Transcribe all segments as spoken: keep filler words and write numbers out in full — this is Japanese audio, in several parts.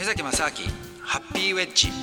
目崎正明ハッピーウェッジ。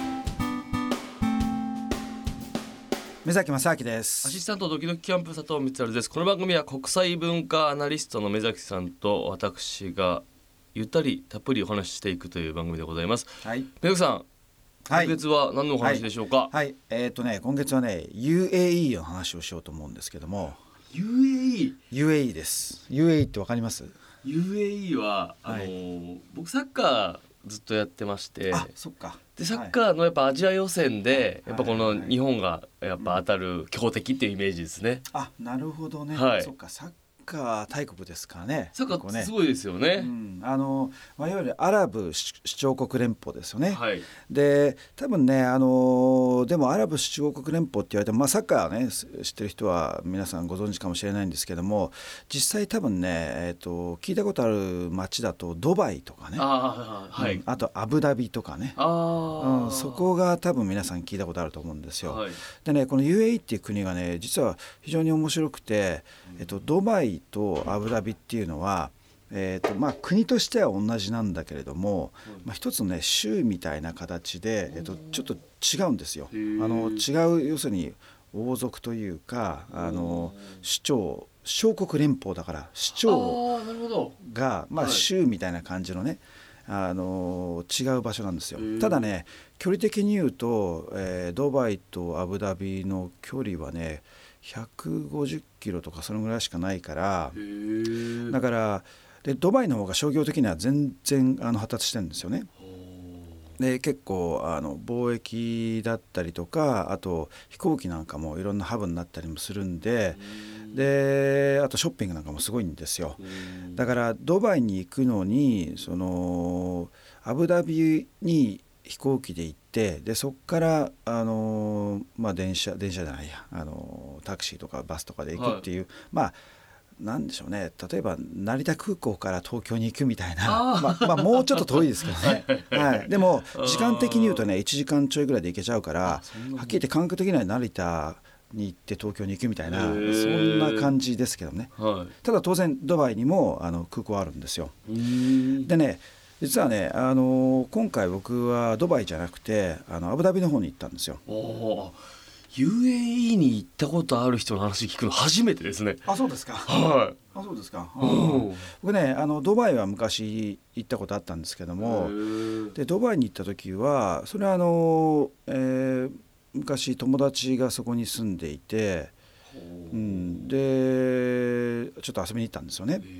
目崎正明です。 アシスタントドキドキキャンプ佐藤光晴です。この番組は国際文化アナリストの目崎さんと私がゆったりたっぷりお話ししていくという番組でございます。 はい、 目崎さん、 はい、 今月は何のお話でしょうか？ はいはい、えーとね、今月はね ユーエーイー の話をしようと思うんですけども。 ユーエーイー？ ユーエーイー です。 ユーエーイー ってわかります？ ユーエーイー はあのーはい、僕サッカーずっとやってまして、 あ、そっか。 でサッカーのやっぱアジア予選で、 はい、 やっぱこの日本がやっぱ当たる強敵っていうイメージですね。 あ、なるほどね、 はい、 そっか、サッカー大国ですからね。 サッカーってすごいですよね。 うん、あのまあ、いわゆるアラブ首長国連邦ですよね。 はい、 で多分ね、あのでもアラブ首長国連邦って言われても、まあ、サッカーね知ってる人は皆さんご存知かもしれないんですけども、実際多分ね、えー、と聞いたことある街だとドバイとかね、 あ、はい、うん、 あとアブダビとかね、 あ、 うん、そこが多分皆さん聞いたことあると思うんですよ。 はい、 でね、この ユーエーイー っていう国がね実は非常に面白くて、えっと、ドバイとアブダビっていうのは、えーとまあ、国としては同じなんだけれども、まあ、一つのね州みたいな形で、えっと、ちょっと違うんですよ。あの違う、要するに王族というか、あの首長小国連邦だから首長が、まあ、州みたいな感じのね、あの違う場所なんですよ。ただね、距離的に言うと、えー、ドバイとアブダビの距離はねひゃくごじゅっキロとかそのぐらいしかないから、だからでドバイの方が商業的には全然あの発達してるんですよね。で結構あの貿易だったりとか、あと飛行機なんかもいろんなハブになったりもするんで、であとショッピングなんかもすごいんですよ。だからドバイに行くのにそのアブダビに飛行機で行って、でそこからあの、まあ、電車電車じゃないやあのタクシーとかバスとかで行くっていう、はい、まあなんでしょうね、例えば成田空港から東京に行くみたいな、あ、まあまあ、もうちょっと遠いですけどね、はい、でも時間的に言うとねいちじかんちょいぐらいで行けちゃうから、はっきり言って感覚的には成田に行って東京に行くみたいな、そんな感じですけどね、はい、ただ当然ドバイにもあの空港あるんですよ。でね、実はね、あの今回僕はドバイじゃなくてあのアブダビの方に行ったんですよ。 お ユーエーイー に行ったことある人の話聞くの初めてですね。 あ、そうですか。 はい、 あ、そうですか。僕ね、あのドバイは昔行ったことあったんですけども、でドバイに行った時はそれはあの、えー、昔友達がそこに住んでいて、うん、でちょっと遊びに行ったんですよね。うん、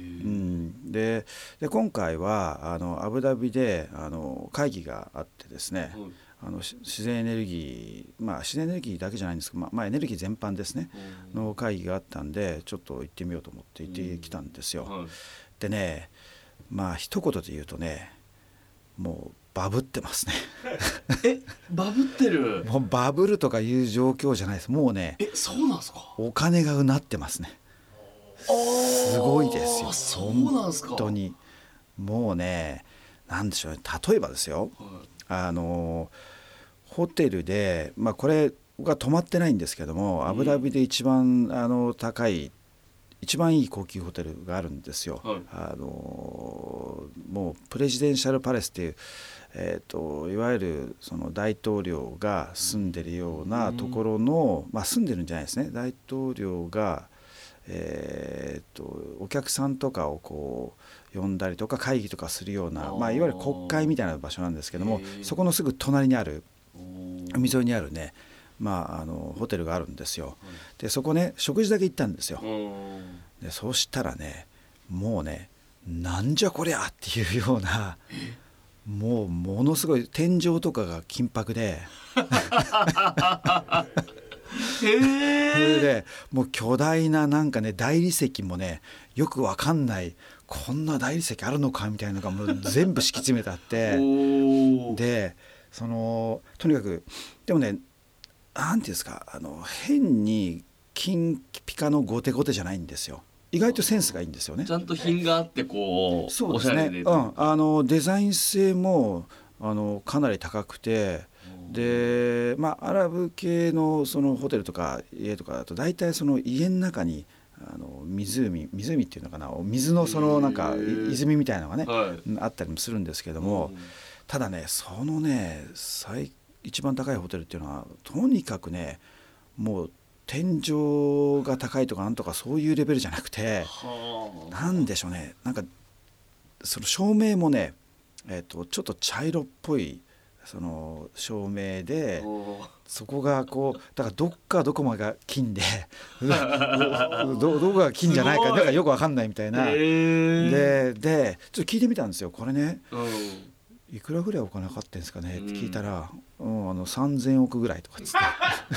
で, で今回はあのアブダビであの会議があってですね、はい、あの自然エネルギー、まあ、自然エネルギーだけじゃないんですけど、まあまあ、エネルギー全般ですね、うん、の会議があったんでちょっと行ってみようと思って行ってきたんですよ。うん、はい、でね、まあ一言で言うとね、もうバブってますねえ、バブってる？ もうバブルとかいう状況じゃないです。もうね、 え、そうなんですか？ お金がうなってますね。すごいですよ。 そうなんですか？ 本当にもうね、なんでしょうね、例えばですよ、はい、あのホテルで、まあ、これ僕は泊まってないんですけども、うん、アブダビで一番あの高い一番いい高級ホテルがあるんですよ。はい、あのもうプレジデンシャルパレスっていう、えー、といわゆるその大統領が住んでるようなところの、うん、まあ、住んでるんじゃないですね、大統領が、えー、とお客さんとかをこう呼んだりとか会議とかするような、まあ、いわゆる国会みたいな場所なんですけども、そこのすぐ隣にある海沿いにあるね、まあ、あのホテルがあるんですよ。でそこね食事だけ行ったんですよ。でそうしたらね、もうね、なんじゃこりゃっていうような、もうものすごい天井とかが金箔でそれでもう巨大ななんかね大理石もね、よくわかんないこんな大理石あるのかみたいなのがもう全部敷き詰めてあってでそのとにかくでもね、なんていうんですか、あの変に金ピカのゴテゴテじゃないんですよ。意外とセンスがいいんですよね。 ちゃんと品があってこう、 そうですね、 おしゃれで、 うん、あのデザイン性もあのかなり高くて、で、まあ、アラブ系のそのホテルとか家とかだと大体その家の中にあの湖湖っていうのかな、水のそのなんか泉みたいなのがね、はい、あったりもするんですけども、 ただねそのね最一番高いホテルっていうのはとにかくねもう天井が高いとかなんとかそういうレベルじゃなくて、なんでしょうね、なんかその照明もね、えーと、ちょっと茶色っぽいその照明で、そこがこうだからどっかどこまでが金でど, どこが金じゃないかなんかよくわかんないみたいな、ででちょっと聞いてみたんですよ。これね、うん、いくらぐらいお金かかってんですかねって聞いたら、うん、あのさんぜんおくぐらいとかっつって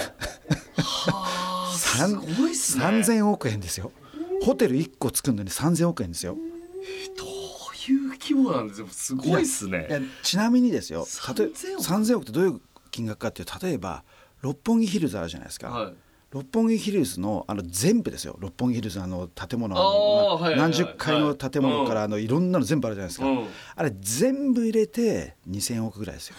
はあすごいっすね。 さんぜんおくえんですよ。ホテルいっこ作るのにさんぜんおくえんですよ。 どういう規模なんですよ。すごいっすね。 いやいやちなみにですよ、さんぜんおくってどういう金額かっていうと、例えば六本木ヒルズあるじゃないですか、はい、六本木ヒルズのあの全部ですよ。六本木ヒルズのあの建物の何十階の建物からあのいろんなの全部あるじゃないですか、うん、あれ全部入れてにせんおくぐらいですよ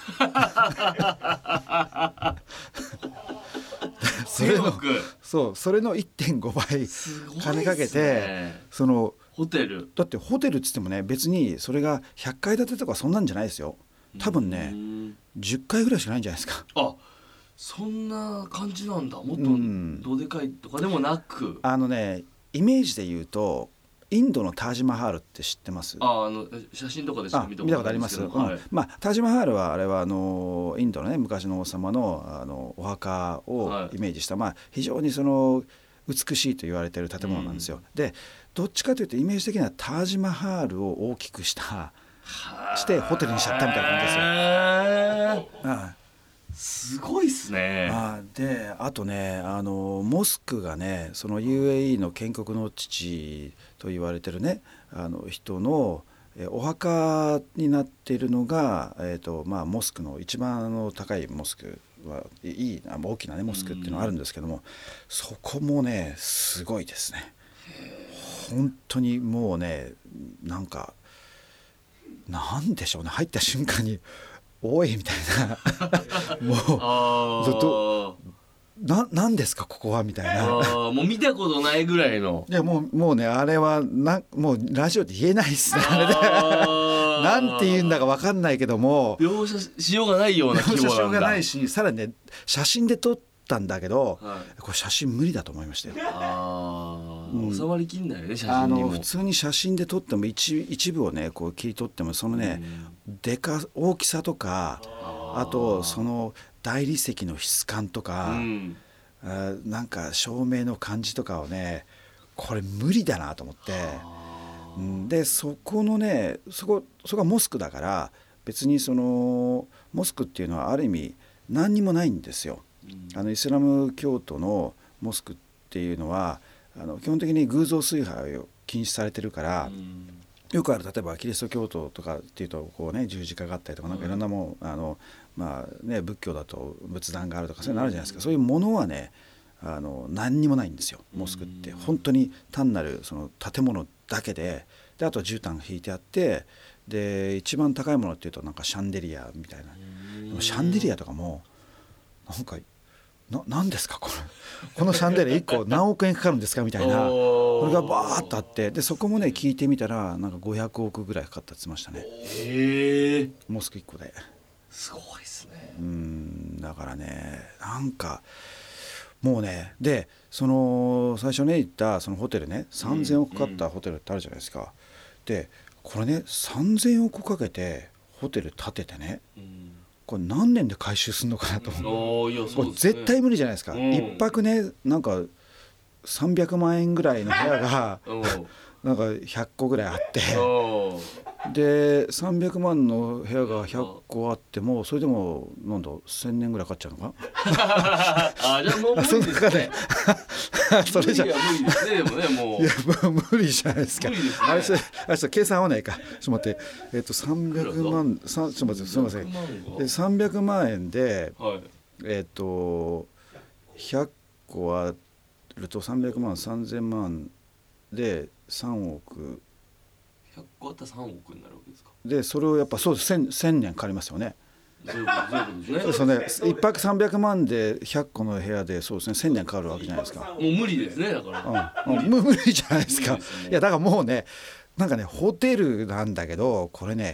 それのそうそれの いってんごばい金かけて、ね、そのホテルだってホテルっつってもね別にそれがひゃっかい建てとかそんなんじゃないですよ。多分ねじゅっかいぐらいしかないんじゃないですか。 あ、そんな感じなんだ。もっとどでかいとかでもなく、うん、 あのねイメージで言うとインドのタージマハールって知ってます？ ああの写真とかでしか見たことありますけど、 はい、まあ、タージマハールはあれはあのインドのね昔の王様の、あのお墓をイメージした、はい、まあ、非常にその美しいと言われている建物なんですよ、うん、でどっちかというとイメージ的にはタージマハールを大きくしたしてホテルにしちゃったみたいな感じですよ。ああすごいっすね。 あであとねあのモスクがねその ユーエーイー の建国の父と言われてるねあの人のえお墓になっているのが、えーとまあ、モスクの一番あの高いモスクはいい大きな、ね、モスクっていうのがあるんですけども、そこもねすごいですね。本当にもうねなんかなんでしょうね、入った瞬間においみたいなもうずっとな何ですかここはみたいなあもう見たことないぐらいのいやもうもうねあれはなもうラジオで言えないですねあれでなんて言うんだか分かんないけども描写しようがないような規模なんだ。描写しようがないし、さらにね写真で撮ったんだけど、はい、これ写真無理だと思いましたよ。 あ、うん、収まりきんないよね写真にも。 あの普通に写真で撮っても 一, 一部をねこう切り取ってもそのね、うん、でか大きさとか あ, あとその大理石の質感とか、うん、あなんか照明の感じとかをねこれ無理だなと思って、うん、でそこのねそこそこはモスクだから別にそのモスクっていうのはある意味何にもないんですよ。うん、あのイスラム教徒のモスクっていうのはあの基本的に偶像崇拝を禁止されてるから、うん、よくある例えばキリスト教徒とかっていうとこう、ね、十字架があったりとかなんかいろんなもん、うん、あのまあね、仏教だと仏壇があるとかそういうのあるじゃないですか、うん、そういうものはねあの何にもないんですよモスクって、うん、本当に単なるその建物だけで、であとは絨毯が引いてあってで一番高いものっていうとなんかシャンデリアみたいな、うん、でもシャンデリアとかもなんかな何ですかこれこのシャンデリアいっこ何億円かかるんですかみたいなこれがバーッとあって、でそこもね聞いてみたらなんかごひゃくおくぐらいかかったって言ってましたね。 へえモスクいっこで。 すごいですね。 うんだからねなんかもうねでその最初ね言ったそのホテルねさんぜんおくかかったホテルってあるじゃないですか、うんうん、でこれねさんぜんおくかけてホテル建ててね、うん、これ何年で回収するのかなと思う、うん、いやそうですね、これ絶対無理じゃないですか、うん、一泊ねなんかさんびゃくまんえんぐらいの部屋がなんかひゃっこぐらいあってでさんびゃくまんの部屋がひゃっこあってもそれでもなんだせんねんぐらいかかっちゃうのかあじゃあもう無理ですねそれじゃ無理は無理ですね。でもねもういや無理じゃないですか。 無理ですね。 あれそれあれそれ計算合わないか。ちょっと待ってえっとさんびゃくまんさちょっと待ってすみませんでさんびゃくまんえんで、はい、えっとひゃっこあるとさんびゃくまんさんぜんまんでさんおくひゃっこあったらさんおくになるわけですか。 でそれをやっぱそうですせんねんかかりますよね。 そういうことですね。そうね一泊さんびゃくまんでひゃっこの部屋でそうですねせんねんかかるわけじゃないですか。 もう無理ですねだから、うん、無理じゃないですか。いやだからもうねなんかねホテルなんだけどこれね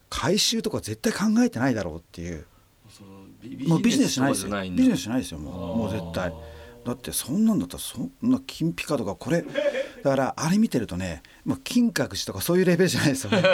回収とか絶対考えてないだろうっていう。 そのビもうビジネスじゃないですよ。 とかじゃないんだビジネスじゃないですよ。もう、もう絶対。だってそんなんだったらそんな金ピカとかこれだからあれ見てるとね、もう金閣寺とかそういうレベルじゃないですよね。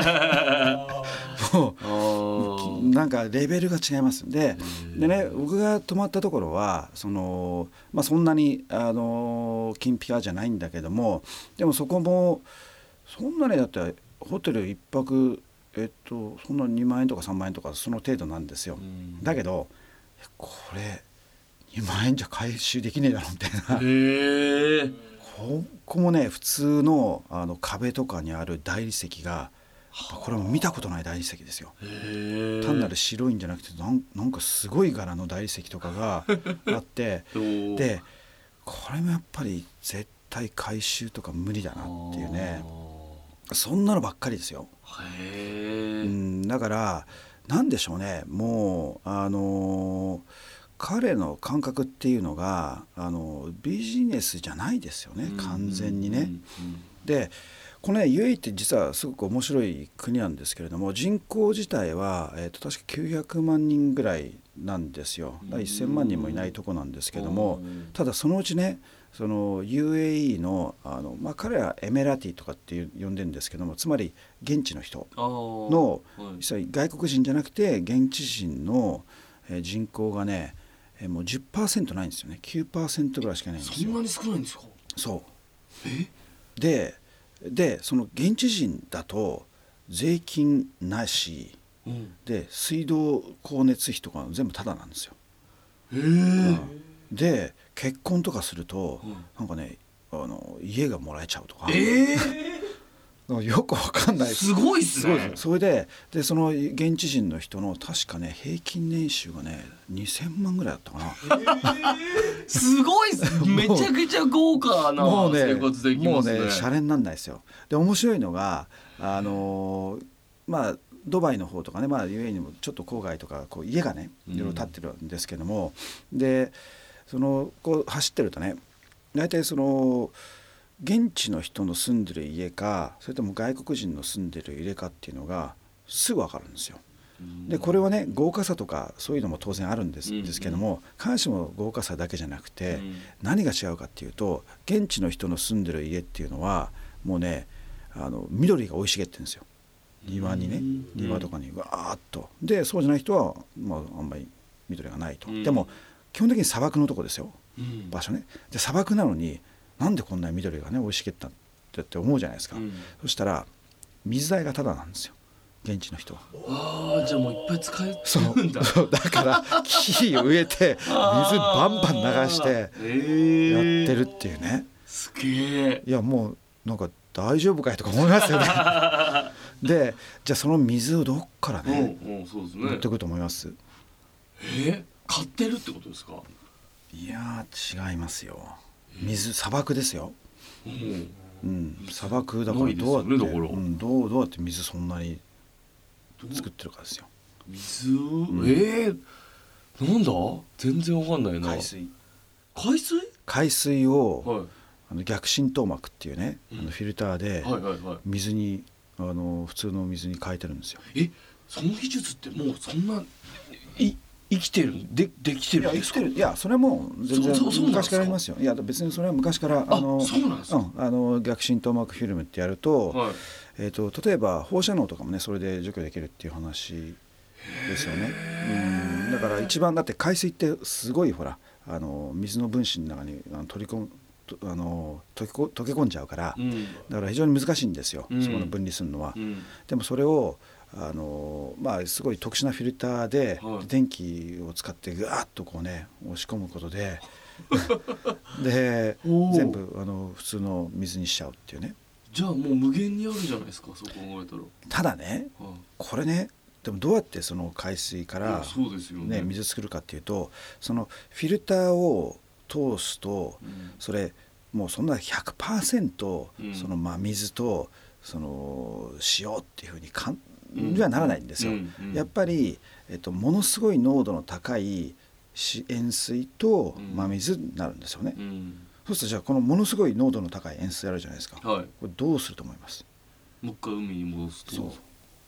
もうなんかレベルが違いますで、でね、僕が泊まったところはその、まあ、そんなにあの金ピカじゃないんだけども、でもそこもそんなにだってホテル一泊えっとそんなにまん円とかさんまん円とかその程度なんですよ。だけどこれにまん円じゃ回収できねえだろみたいな。 へえ。 ここもね普通の、あの壁とかにある大理石がこれも見たことない大理石ですよ。単なる白いんじゃなくてなん、なんかすごい柄の大理石とかがあってでこれもやっぱり絶対回収とか無理だなっていうね、そんなのばっかりですよ。 へえ。 うん、だからなんでしょうね、もうあのー彼の感覚っていうのがあのビジネスじゃないですよね、完全にね。でこのね ユーエーイー って実はすごく面白い国なんですけれども、人口自体は、えー、と確かきゅうひゃくまんにんぐらいなんですよ。だからせんまんにんもいないとこなんですけども、ただそのうちねその ユーエーイー の, あの、まあ、彼はエメラティとかっていう呼んでるんですけども、つまり現地の人の、実際外国人じゃなくて現地人の人口がねもう じゅっパーセント ないんですよね。 きゅうパーセント ぐらいしかないんですよ。 そんなに少ないんですか。 そうえででその現地人だと税金なし、うん、で水道光熱費とか全部タダなんですよ。 へー。 で結婚とかすると、うん、なんかねあの家がもらえちゃうとか、 えーよくわかんない。 すごいっすね。 それで、でその現地人の人の確かね平均年収がねにせんまんぐらいだったかな。 えー、すごいっす。めちゃくちゃ豪華な生活できますね。 もうねシャレになんないですよ。で面白いのがあのまあドバイの方とかね、まあ ユーエーイー にもちょっと郊外とかこう家がねいろいろ建ってるんですけども、うん、でそのこう走ってるとね大体その現地の人の住んでる家かそれとも外国人の住んでる家かっていうのがすぐ分かるんですよ。でこれはね豪華さとかそういうのも当然あるんです、うん、ですけども必ずしも豪華さだけじゃなくて、うん、何が違うかっていうと現地の人の住んでる家っていうのはもうねあの緑が生い茂ってるんですよ。庭にね、うん、庭とかにわーっと。でそうじゃない人は、まあ、あんまり緑がないと、うん、でも基本的に砂漠のとこですよ、うん、場所ね。で砂漠なのになんでこんなに緑がね生い茂ったって思うじゃないですか、うん、そしたら水代がタダなんですよ現地の人は。 ああじゃあもういっぱい使えるんだ。 そうだから木植えて水バンバン流してやってるっていうね。 すげえ。 いやもうなんか大丈夫かいとか思いますよね。でじゃあその水をどっからね持ってくると思います？ えー、買ってるってことですか？ いや違いますよ。水砂漠ですよ、うんうん、砂漠だからどうやって、ねうん、どう、どうやって水そんなに作ってるかですよ。 水、うん、えー、なんだ全然わかんないな。 海水海水海水を、はい、あの逆浸透膜っていうね、うん、あのフィルターで水に、あの普通の水に変えてるんですよ。 えその技術ってもうそんない生きてるでできてるんですか？ いや生きてる。いやそれはもう全然昔からありますよ。いや別にそれは昔からあのそうなんですか、 うん、あの逆浸透膜フィルムってやると、はいえー、と例えば放射能とかもねそれで除去できるっていう話ですよね。うんだから一番だって海水ってすごいほらあの水の分子の中に取り込むあの溶けこ溶け込んじゃうから、うん、だから非常に難しいんですよ、うん、そこの分離するのは、うん、でもそれをあのまあ、すごい特殊なフィルターで、はい、電気を使ってガーッとこうね押し込むことでで全部あの普通の水にしちゃうっていうね。 じゃあもう無限にあるじゃないですかそう考えたら。 ただね、はい、これねでもどうやってその海水から、 そうですよね、 水作るかっていうとそのフィルターを通すと、うん、それもうそんな ひゃくパーセント、うん、そのまあ水とその塩っていうふうに簡単にはならないんですよ、うんうん、やっぱり、えっと、ものすごい濃度の高い塩水と真水になるんですよね、うん、そうするとじゃあこのものすごい濃度の高い塩水あるじゃないですか、はい、これどうすると思います？ もう一回海に戻すと。 そう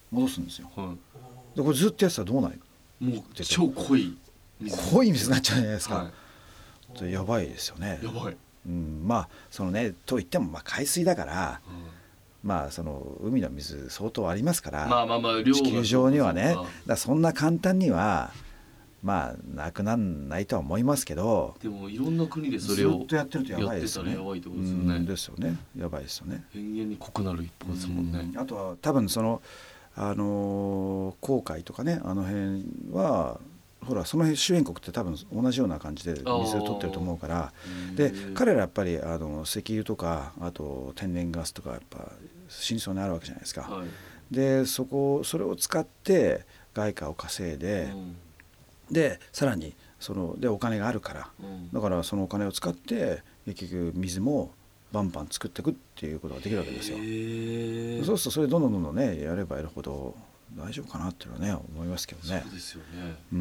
戻すんですよ、 はい、 でこれずっとやってたらどうなる？ もう超濃い水濃い水になっちゃうじゃないですか、 はい、 やばいですよね。 やばい、 うん、まあそのねといってもまあ海水だから、 うん、 まあその海の水相当ありますから、 まあまあまあ量が地球上にはね、だからそんな簡単にはまあなくなんないとは思いますけど、 でもいろんな国でそれをずっとやってるとやばいですよね。 やってたらやばいってことですよね。 うんですよね。やばいですよね。 延々に濃くなる一方ですもんね。 うん、あとは多分そのあのー、航海とかね、あの辺はほらその辺周辺国って多分同じような感じで水を取ってると思うから、で彼らやっぱりあの石油とかあと天然ガスとかやっぱ真相にあるわけじゃないですか、 はい、 でそこそれを使って外貨を稼いで、うん、でさらにそのでお金があるから、うん、だからそのお金を使って結局水もバンバン作っていくっていうことができるわけですよ。そうするとそれどんどんどんどんねやればやるほど大丈夫かなっていうのはね思いますけどね。 そうですよね。 うん、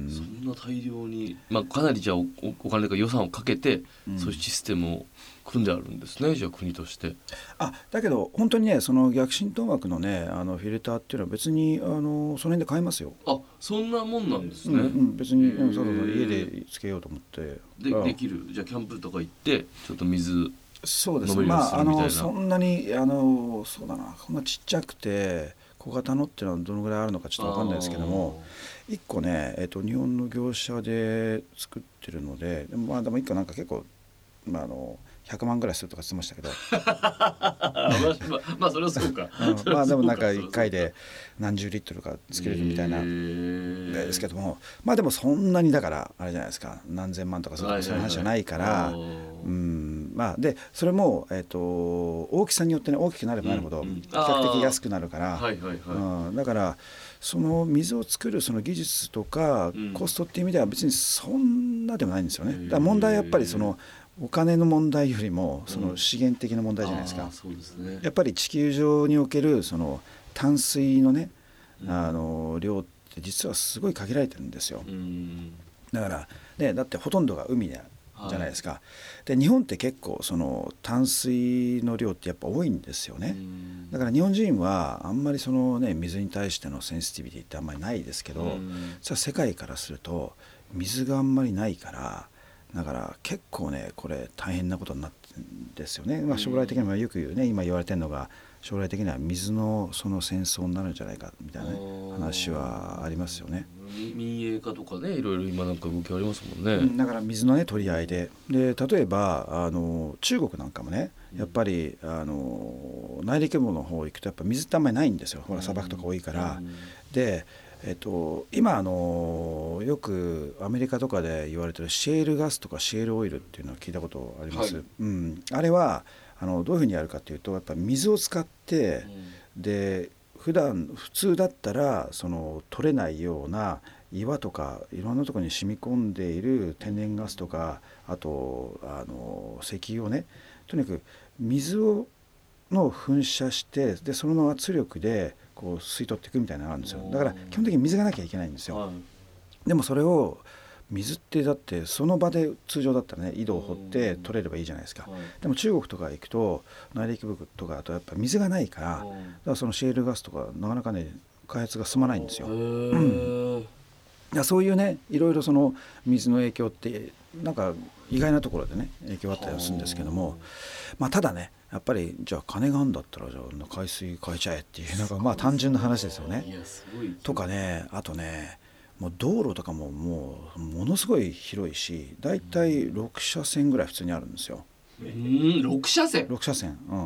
そんな大量に、まあ、かなりじゃあ お, お金とか予算をかけて、うん、そういうシステムを組んであるんですね、じゃあ国として。 あだけど本当にねその逆浸透膜のねあのフィルターっていうのは別にあのその辺で買えますよ。 あそんなもんなんですね。 うんうん、別にそうそう家でつけようと思ってでできる。じゃあキャンプとか行ってちょっと水そうですね、まあ、あのそんなにあのそうだなこんなちっちゃくて小型のっていうのはどのぐらいあるのかちょっと分かんないですけどもいっこね、えー、と日本の業者で作ってるのででもまあでもいっこなんか結構、まあ、あのひゃくまんぐらいするとか言ってましたけどま, まあそれはそうか、 うん、まあでもなんかいっかいで何十リットルか作れるみたいなですけども、まあでもそんなにだからあれじゃないですか何千万とかそういう話じゃないから、うんまあでそれも、えー、と大きさによってね大きくなればなるほど比較的安くなるから、うん、だからその水を作るその技術とかコストっていう意味では別にそんなでもないんですよね。だから問題はやっぱりそのお金の問題よりもその資源的な問題じゃないですか、うんそうですね、やっぱり地球上におけるその淡水のね、うん、あの量って実はすごい限られてるんですよ、うん、だからねだってほとんどが海じゃないですか、はい、で日本って結構その淡水の量ってやっぱ多いんですよね、うん、だから日本人はあんまりそのね水に対してのセンシティビティってあんまりないですけど、うん、実は世界からすると水があんまりないからだから結構ねこれ大変なことになってるんですよね、まあ、将来的にはよく言うね今言われてるのが将来的には水のその戦争になるんじゃないかみたいな、ね、話はありますよね。 民営化とかねいろいろ今なんか動きありますもんね、 うん、だから水のね取り合いでで例えばあの中国なんかもねやっぱりあの内陸部の方行くとやっぱ水ってあんまりないんですよほら砂漠とか多いから、うん、でえっと、今あのよくアメリカとかで言われてるシェールガスとかシェールオイルっていうのは聞いたことあります、はいうん、あれはあのどういうふうにやるかというとやっぱ水を使って、うん、で普段普通だったらその取れないような岩とかいろんなところに染み込んでいる天然ガスとかあとあの石油をねとにかく水をの噴射してでその圧力でこう吸い取っていくみたいなのがあるんですよ。だから基本的に水がなきゃいけないんですよ、はい、でもそれを水ってだってその場で通常だったらね井戸を掘って取れればいいじゃないですか、はい、でも中国とか行くと内陸部とかだとやっぱ水がないからだからそのシェールガスとかなかなかね開発が進まないんですよ、うん、いやそういうねいろいろその水の影響ってなんか意外なところでね影響あったりはするんですけどもまあただねやっぱりじゃあ金があるんだったらじゃあ海水変えちゃえっていうなんかまあ単純な話ですよね。とかねあとねもう道路とかももうものすごい広いしだいたいろくしゃせんぐらい普通にあるんですよ。 うんろくしゃせん ?ろく車線うん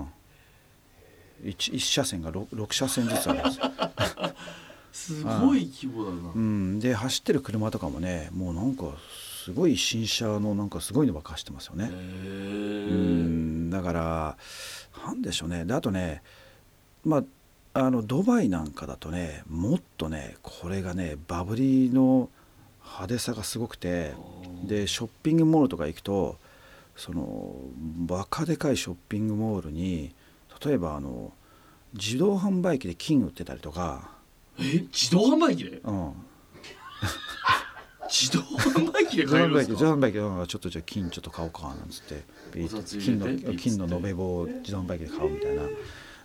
1, いち車線が 6, ろく車線ずつあるんですよすごい規模だな、 うん、で走ってる車とかもねもうなんかすごい新車のなんかすごいのばっか走ってますよね。うんだからなんでしょうねであとねまああのドバイなんかだとねもっとねこれがねバブリーの派手さがすごくてでショッピングモールとか行くとそのバカでかいショッピングモールに例えばあの自動販売機で金売ってたりとかえ自動販売機でうん自動販売機で買えるんですか自動販売機でちょっとじゃあ金ちょっと買おうかなんつって金の金の延べ棒を自動販売機で買うみたいな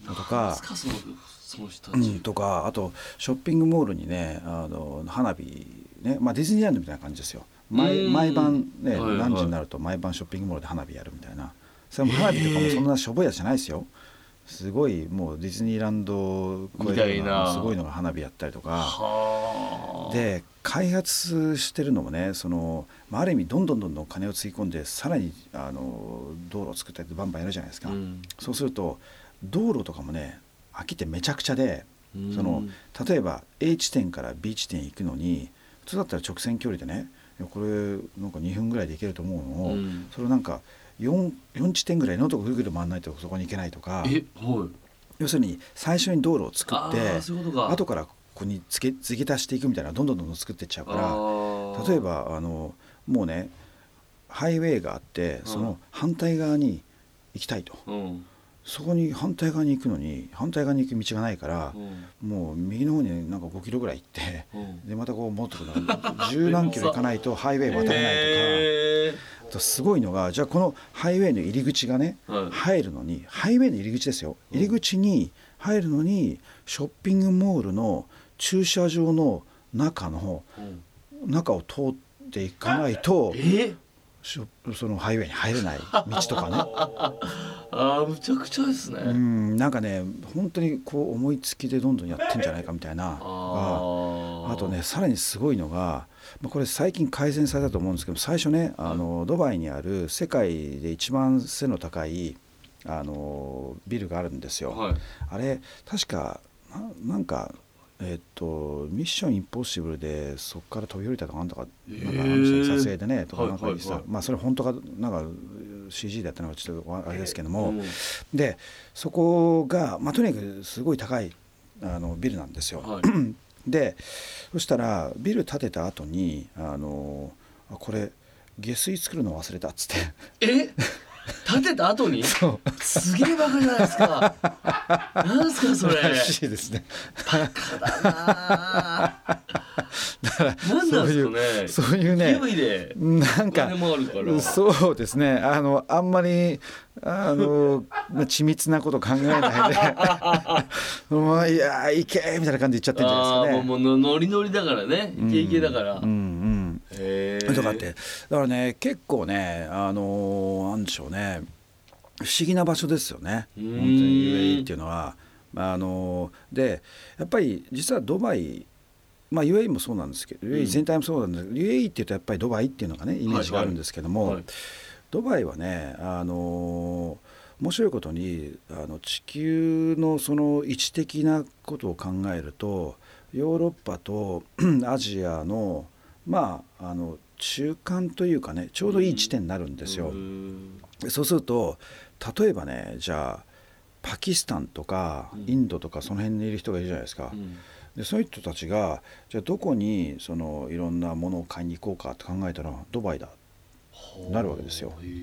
とかそのその人たち、 うん、とかあとショッピングモールにねあの花火ね、まあ、ディズニーランドみたいな感じですよ。毎, 毎晩ね、はいはい、何時になると毎晩ショッピングモールで花火やるみたいな。それも花火とかもそんなしょぼいやつじゃないですよ。すごいもうディズニーランドを超えるようなすごいのが花火やったりとかで開発してるのもねその、まあ、ある意味どんどんどんどん金をつぎ込んでさらにあの道路を作ったりバンバンやるじゃないですか、うん、そうすると道路とかもね秋ってめちゃくちゃで、うん、その例えば A 地点から B 地点行くのに普通だったら直線距離でねこれなんかにふんぐらいで行けると思うのを、うん、それをなんか 4, 4地点ぐらいのとこぐるぐる回らないとそこに行けないとか、 え、はい、 要するに最初に道路を作ってそういうことか後からここに付け付け足していくみたいなどんどんどんどん作っていっちゃうから例えばあのもうねハイウェイがあってその反対側に行きたいと、うん、そこに反対側に行くのに反対側に行く道がないから、うん、もう右の方になんかごキロぐらい行って、うん、でまたこうもっと十何キロ行かないとハイウェイ渡れないとか、えーすごいのがじゃあこのハイウェイの入り口がね、はい、入るのにハイウェイの入り口ですよ入り口に入るのにショッピングモールの駐車場の中の、うん、中を通っていかないと、えそのハイウェイに入れない道とかねあむちゃくちゃですね。 うんなんかね本当にこう思いつきでどんどんやってんじゃないかみたいな あ, あとねさらにすごいのがこれ最近改善されたと思うんですけど最初ねあのドバイにある世界で一番背の高いあのビルがあるんですよ、はい、あれ確か な, なんかえっとミッションインポッシブルでそこから飛び降りたとかなんとかなんかあの人撮影でねとかなんかにさ、はいはいはい、まあそれ本当かなんか シージー でやったのがちょっとあれですけども、うん、でそこが、まあ、とにかくすごい高いあのビルなんですよ、はい、でそしたらビル建てた後にあのあこれ下水作るの忘れたっつってえ建てた後にそうすげえバカじゃないですかなんすかそれらしいですねバカだなだから何なんですかねそういうね勢いでなんかそうですねあのあんまりあの緻密なこと考えないでもういやいけみたいな感じで言っちゃってるんじゃないですかね。 もうもうノリノリだからねイケイケだから、うんうんうんへとかってだからね結構ねあのなんでしょうね不思議な場所ですよね本当に ユーエーイー っていうのはあのでやっぱり実はドバイまあ ユーエーイー もそうなんですけど、うん、ユーエーイー 全体もそうなんですけど ユーエーイー っていうとやっぱりドバイっていうのがねイメージがあるんですけども、はいはい、ドバイはねあの面白いことにあの地球のその位置的なことを考えるとヨーロッパとアジアのまああの中間というかねちょうどいい地点になるんですよ。そうすると例えばねじゃあパキスタンとかインドとかその辺にいる人がいるじゃないですか。でそういう人たちがじゃあどこにそのいろんなものを買いに行こうかって考えたらドバイだなるわけですよ。うん、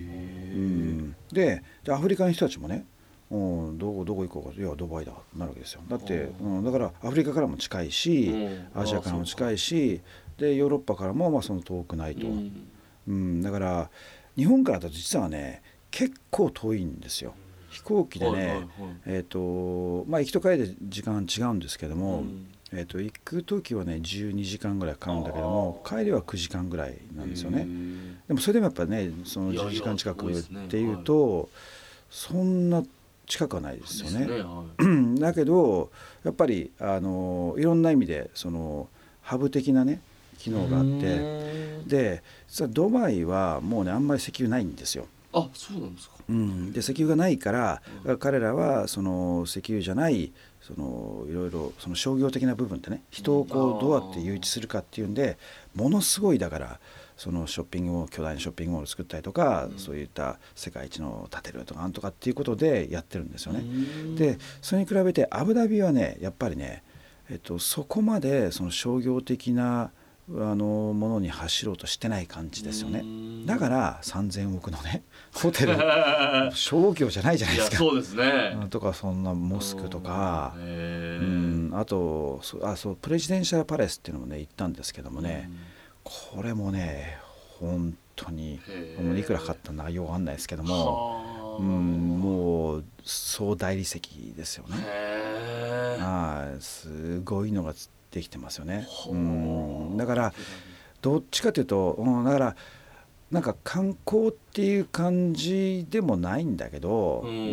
で, でアフリカの人たちもね、うん、どこどこ行こうかいやドバイだなるわけですよ。だって、うん、だからアフリカからも近いし、うん、アジアからも近いしでヨーロッパからもまあその遠くないと、うんうん、だから日本からだと実はね結構遠いんですよ。飛行機でね、はいはいはいえーとまあ、行きと帰りで時間違うんですけども、うんえー、と行く時はねじゅうにじかんぐらいかかるんだけども帰りはくじかんぐらいなんですよね。でもそれでもやっぱねそのじゅうじかん近くっていうとそんな近くはないですよね。ですねはい、だけどやっぱりあのいろんな意味でそのハブ的なね機能があってで実はドバイはもうねあんまり石油ないんですよ。 あ、そうなんですか。 うん、で石油がないから、うん、彼らはその石油じゃないそのいろいろその商業的な部分でね人をこうどうやって誘致するかっていうんでものすごいだからそのショッピングモール巨大なショッピングモールを作ったりとか、うん、そういった世界一の建てるとかなんとかっていうことでやってるんですよね。でそれに比べてアブダビはねやっぱりね、えっと、そこまでその商業的なあのものに走ろうとしてない感じですよね。だからさんぜんおくのねホテル商業じゃないじゃないですか。 いやそうですね。 とかそんなモスクとか、うん、あとあそうプレジデンシャルパレスっていうのもね行ったんですけどもね、これもね本当にもういくらかかった内容はあんないですけどもうん、もう総大理石ですよね。 へはい、すごいのができてますよね。うん、だからどっちかというと、うん、だからなんか観光っていう感じでもないんだけど、 うんうん、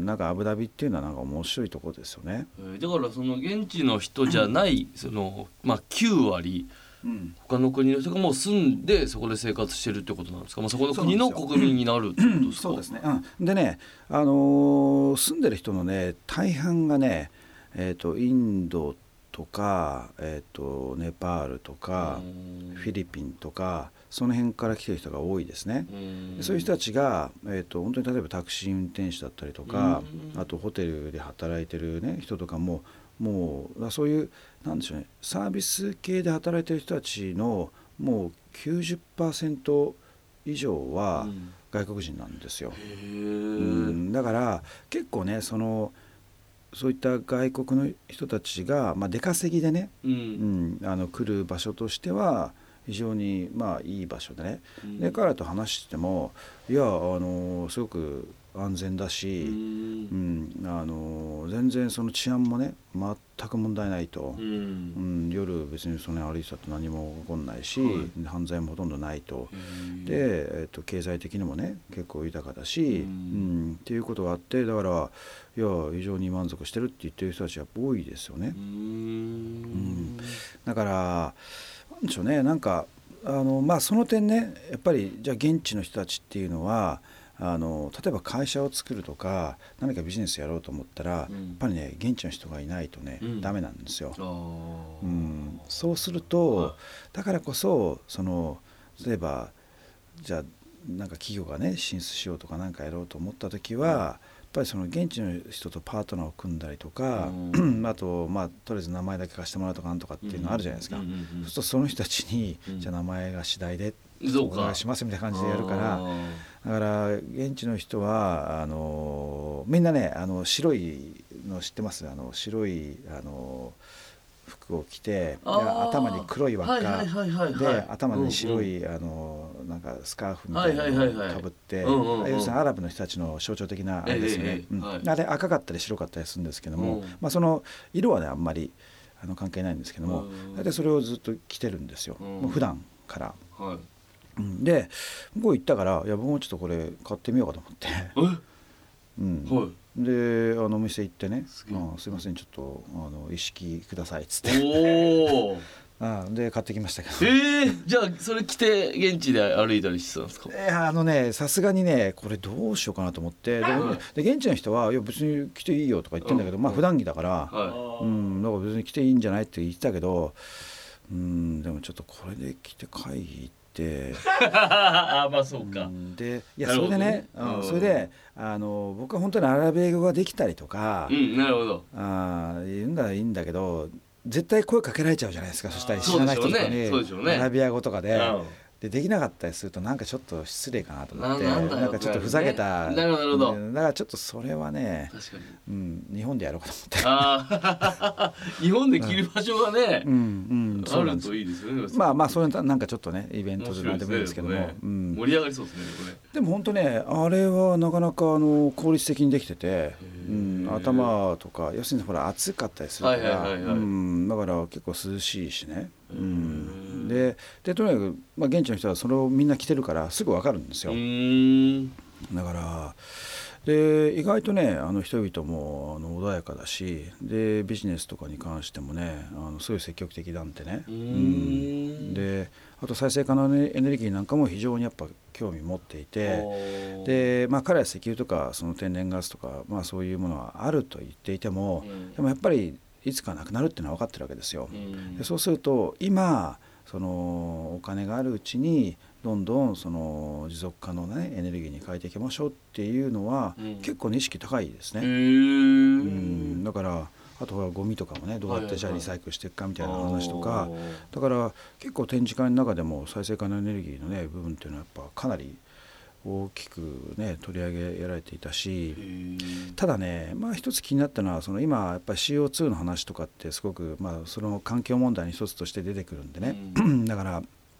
なんかアブダビっていうのはなんか面白いところですよね。 だからその現地の人じゃないその、まあ、きゅうわりうん、 他の国の人がもう住んでそこで生活してるってことなんですか、まあ、そこの国の国民になるってことですか。 そうですね、うん、でね、あのー住んでる人のね大半がね、えーとインドとか、えーとネパールとかフィリピンとかその辺から来てる人が多いですね。でそういう人たちが、えーと本当に例えばタクシー運転手だったりとか、あとホテルで働いてる、ね、人とかももうそういうなんでしょうね、サービス系で働いてる人たちのもう きゅうじゅっパーセント 以上は外国人なんですよ。 へうーん、だから結構ねそのそういった外国の人たちが、まあ、出稼ぎでね、 ううんん、あの来る場所としては非常にまあいい場所でね、 うんで彼らと話してもいやあのすごく安全だうし、 んうん、あの全然その治安もね全く問題ないと、 ううんん、夜別にその歩いてたって何も起こんないし、 はい犯罪もほとんどないと。 へーで、えっと、経済的にもね結構豊かだし、 ううんんっていうことがあって、だからいや非常に満足してるって言ってる人たちは多いですよねう。んだからなんでしょうね、なんかあの、まあ、その点ねやっぱりじゃあ現地の人たちっていうのはあの例えば会社を作るとか何かビジネスやろうと思ったら、やっうんぱりね現地の人がいないとね、 うんダメなんですよ。 あーうん、そうすると、 はだからこそその例えばじゃあなんか企業がね進出しようとか何かやろうと思った時は、やっぱりその現地の人とパートナーを組んだりとか、 うんあとまあとりあえず名前だけ貸してもらうとかなんとかっていうのあるじゃないですか。 うんうんうんうんそうするとその人たちに、 うんじゃあ名前が次第でおそうか願いしますみたいな感じでやるから、 あーだから現地の人はあのみんなねあの白いの知ってます？あの白いあの服を着てであー頭に黒い輪っか、 はいはいはいはいはいで頭に白うんい、あのなんかスカーフみたいなはいはいはいはいのをかぶって、 うんうんうん要するにアラブの人たちの象徴的なあれですよね、 ええええうんはいあれ赤かったり白かったりするんですけども、 うんまあ、その色はねあんまりあの関係ないんですけども、 うん大体それをずっと着てるんですよ、 うんもう普段から。 はいうんで向こう行ったからいや僕もちょっとこれ買ってみようかと思って、うんえはいであのお店行ってねすげえあすいませんちょっとあの一式くださいっつっておおあで買ってきましたけど、 えー、じゃあそれ着て現地で歩いたりしてたんですか。 いやあのねさすがにねこれどうしようかなと思ってでうんで現地の人はいや別に着ていいよとか言ってんだけど、 うんまあ普段着だから、 はうん、だから別に着ていいんじゃないって言ってたけど、うんでもちょっとこれで着て会議行っていあまあそうか、 うんでいやなるほどそれでねねうんうんそれであの僕は本当にアラビア語ができたりとか、 うんなるほどあー言うんだらいいんだけど絶対声かけられちゃうじゃないですか。そしたら知そうらでしょうねない人とかにそうでしょうねアラビア語とかで。 うんでできなかったりするとなんかちょっと失礼かなと思ってななんだよかちょっとふざけた、 なるほどなるほどうんだからちょっとそれはね、 確かにうん、日本でやろうかと思ってあー日本で着る場所がね、 うんうんあそうなんでするといいですよね。 まあまあそういうのなんかちょっとねイベントでなんでもいいですけども、 面白いですねうん盛り上がりそうですねこれ。 でも本当ねあれはなかなかあの効率的にできてて、うーん、頭とか要するにほら暑かったりするから、 はいはいはいはいうん、だから結構涼しいしね、うへん、 ーででとにかく、まあ、現地の人はそれをみんな着てるからすぐ分かるんですうよ。 ーんだからで意外とねあの人々もあの穏やかだしでビジネスとかに関してもねあのすごい積極的なんてね、 うーんであと再生可能エネルギーなんかも非常にやっぱ興味持っていてで、まあ、彼は石油とかその天然ガスとか、まあ、そういうものはあると言っていても、 うんでもやっぱりいつかなくなるっていうのは分かってるわけですよ。 うんでそうすると今そのお金があるうちにどんどんその持続可能な、ね、エネルギーに変えていきましょうっていうのは、 うん結構ね意識高いですへね。 ーうんだからあとはゴミとかもねどうやってじゃあリサイクルしていくかみたいな話とか、 あーだから結構展示会の中でも再生可能エネルギーのね部分っていうのはやっぱかなり大きくね取り上げられていたし、 へーただねまあ一つ気になったのはその今やっぱり シーオーツー の話とかってすごくまあその環境問題の一つとして出てくるんでね、 うだから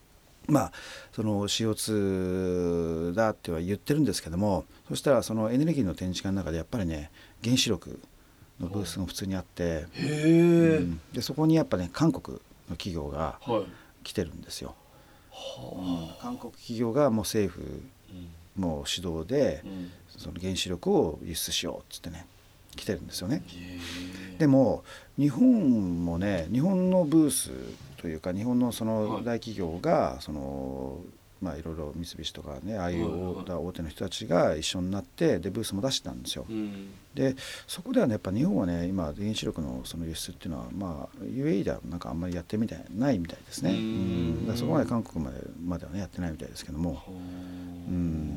まあその シーオーツー だっては言ってるんですけども、そしたらそのエネルギーの展示会の中でやっぱりね原子力のブースが普通にあって、 へー、 うん、でそこにやっぱね韓国の企業が来てるんですよ、 はうん、韓国企業がもう政府もう主導で、 うん、 その原子力を輸出しようっつってね来てるんですよね。 へー、 でも日本もね日本のブースというか日本のそのはい大企業がそのまあいろいろ三菱とかねああいうはいはい大手の人たちが一緒になってでブースも出してたんですよ。 うん、 でそこではねやっぱ日本はね今原子力のその輸出っていうのはまあ ユーエーイー ではなんかあんまりやってみたいないみたいですね。 ううんんだからそこまで韓国までまではねやってないみたいですけども、うん、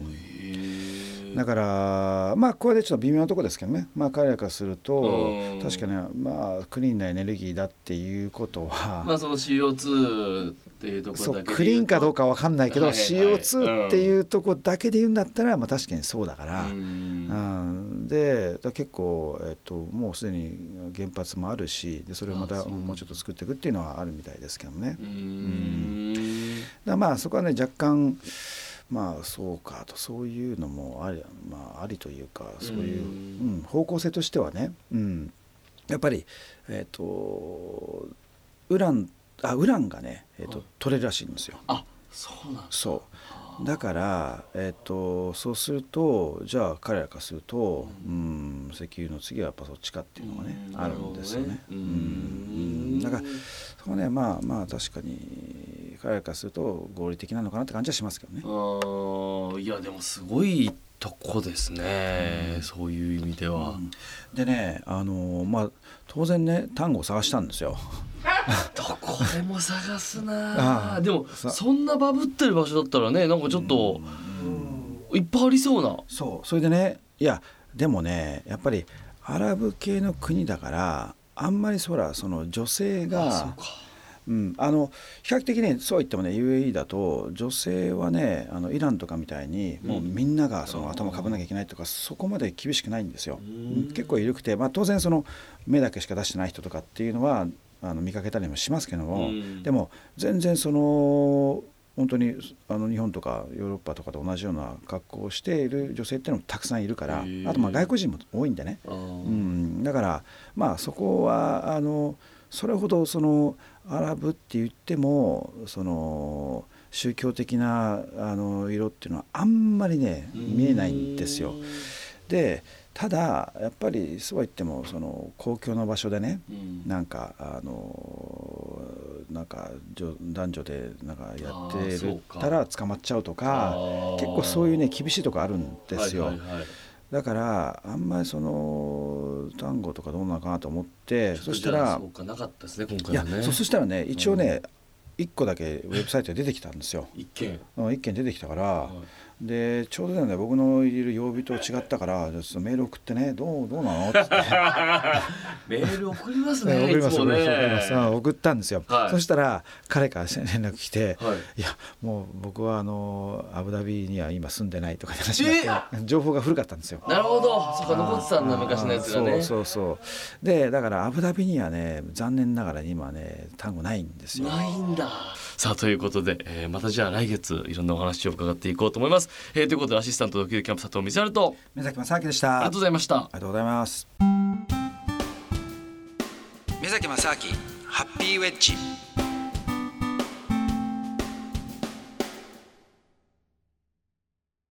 へー、 だからまあこれでちょっと微妙なところですけどね、まあ彼らからするとうん確かにまあクリーンなエネルギーだっていうことは、 まあその シーオーツー っていうところだけで言うと、 そうクリーンかどうかわかんないけど、 はいはいはいシーオーツー っていうところだけで言うんだったら、まあ確かにそうだから、 うんうんでだから結構、えっと、もうすでに原発もあるしでそれをまたあそうもうちょっと作っていくっていうのはあるみたいですけどね。 うだかん、 らまあそこはね若干まあそうかとそういうのもあり、まあ、ありというかそういう、 うんうん、方向性としてはね、うん、やっぱり、えっとウランあウランがね、えっとはい取れるらしいんですよ。 あ、そうなんだ。 そうだから、えっとそうするとじゃあ彼らからすると、 ううん、石油の次はやっぱそっちかっていうのがね、 うんあるんですよね。 ううんん、 だからそこはねまあまあ確かに彼らからすると合理的なのかなって感じはしますけどね。 あー、いやでもすごいとこですね、うん、そういう意味では、うん、 でねあのまあ当然ね単語を探したんですよどこでも探すなあでもそんなバブってる場所だったらねなんかちょっといっぱいありそうな。 そうそれでねいやでもねやっぱりアラブ系の国だからあんまりそらその女性があそうか、 うん、あの比較的ねそう言ってもね ユーエーイー だと女性はねあのイランとかみたいにもうみんながその頭かぶんなきゃいけないとかそこまで厳しくないんですよ。結構緩くて、まあ、当然その目だけしか出してない人とかっていうのはあの見かけたりもしますけども、でも全然その本当にあの日本とかヨーロッパとかと同じような格好をしている女性っていうのもたくさんいるから、あとまあ外国人も多いんでね、うん、だからまあそこはあのそれほどそのアラブって言ってもその宗教的なあの色っていうのはあんまりね見えないんですよ。でただやっぱりそうは言ってもその公共の場所でね、うん、なんかあのなんか男女でなんかやってるたら捕まっちゃうとか結構そういうね厳しいとこあるんですよ。はいはいはい、だからあんまりその単語とかどうなのかなと思ってそしたらそうかなかったですね今回はね。 いや そ, そしたらね一応ね、うん、いっこだけウェブサイトで出てきたんですよ。 一件一件出てきたから、はいでちょうどね僕のいる曜日と違ったからちょっとメール送ってねどうどうなのってメール送りますね送ります、 いつもね送ります送ったんですよ、はい、そしたら彼から連絡来て、はい、いやもう僕はあのアブダビには今住んでないとかって話になって、情報が古かったんですよ。 なるほどそこ残ってたんだ昔のやつがね。 そうそうそうでだからアブダビにはね残念ながら今ね単語ないんですよ。 ないんだ。さあということで、えー、またじゃあ来月いろんなお話を伺っていこうと思います。えー、ということでアシスタントドキドキキャンプ佐藤光晴と目崎正明でした。 ありがとうございました。 ありがとうございます。目崎正明ハッピーウェッジ。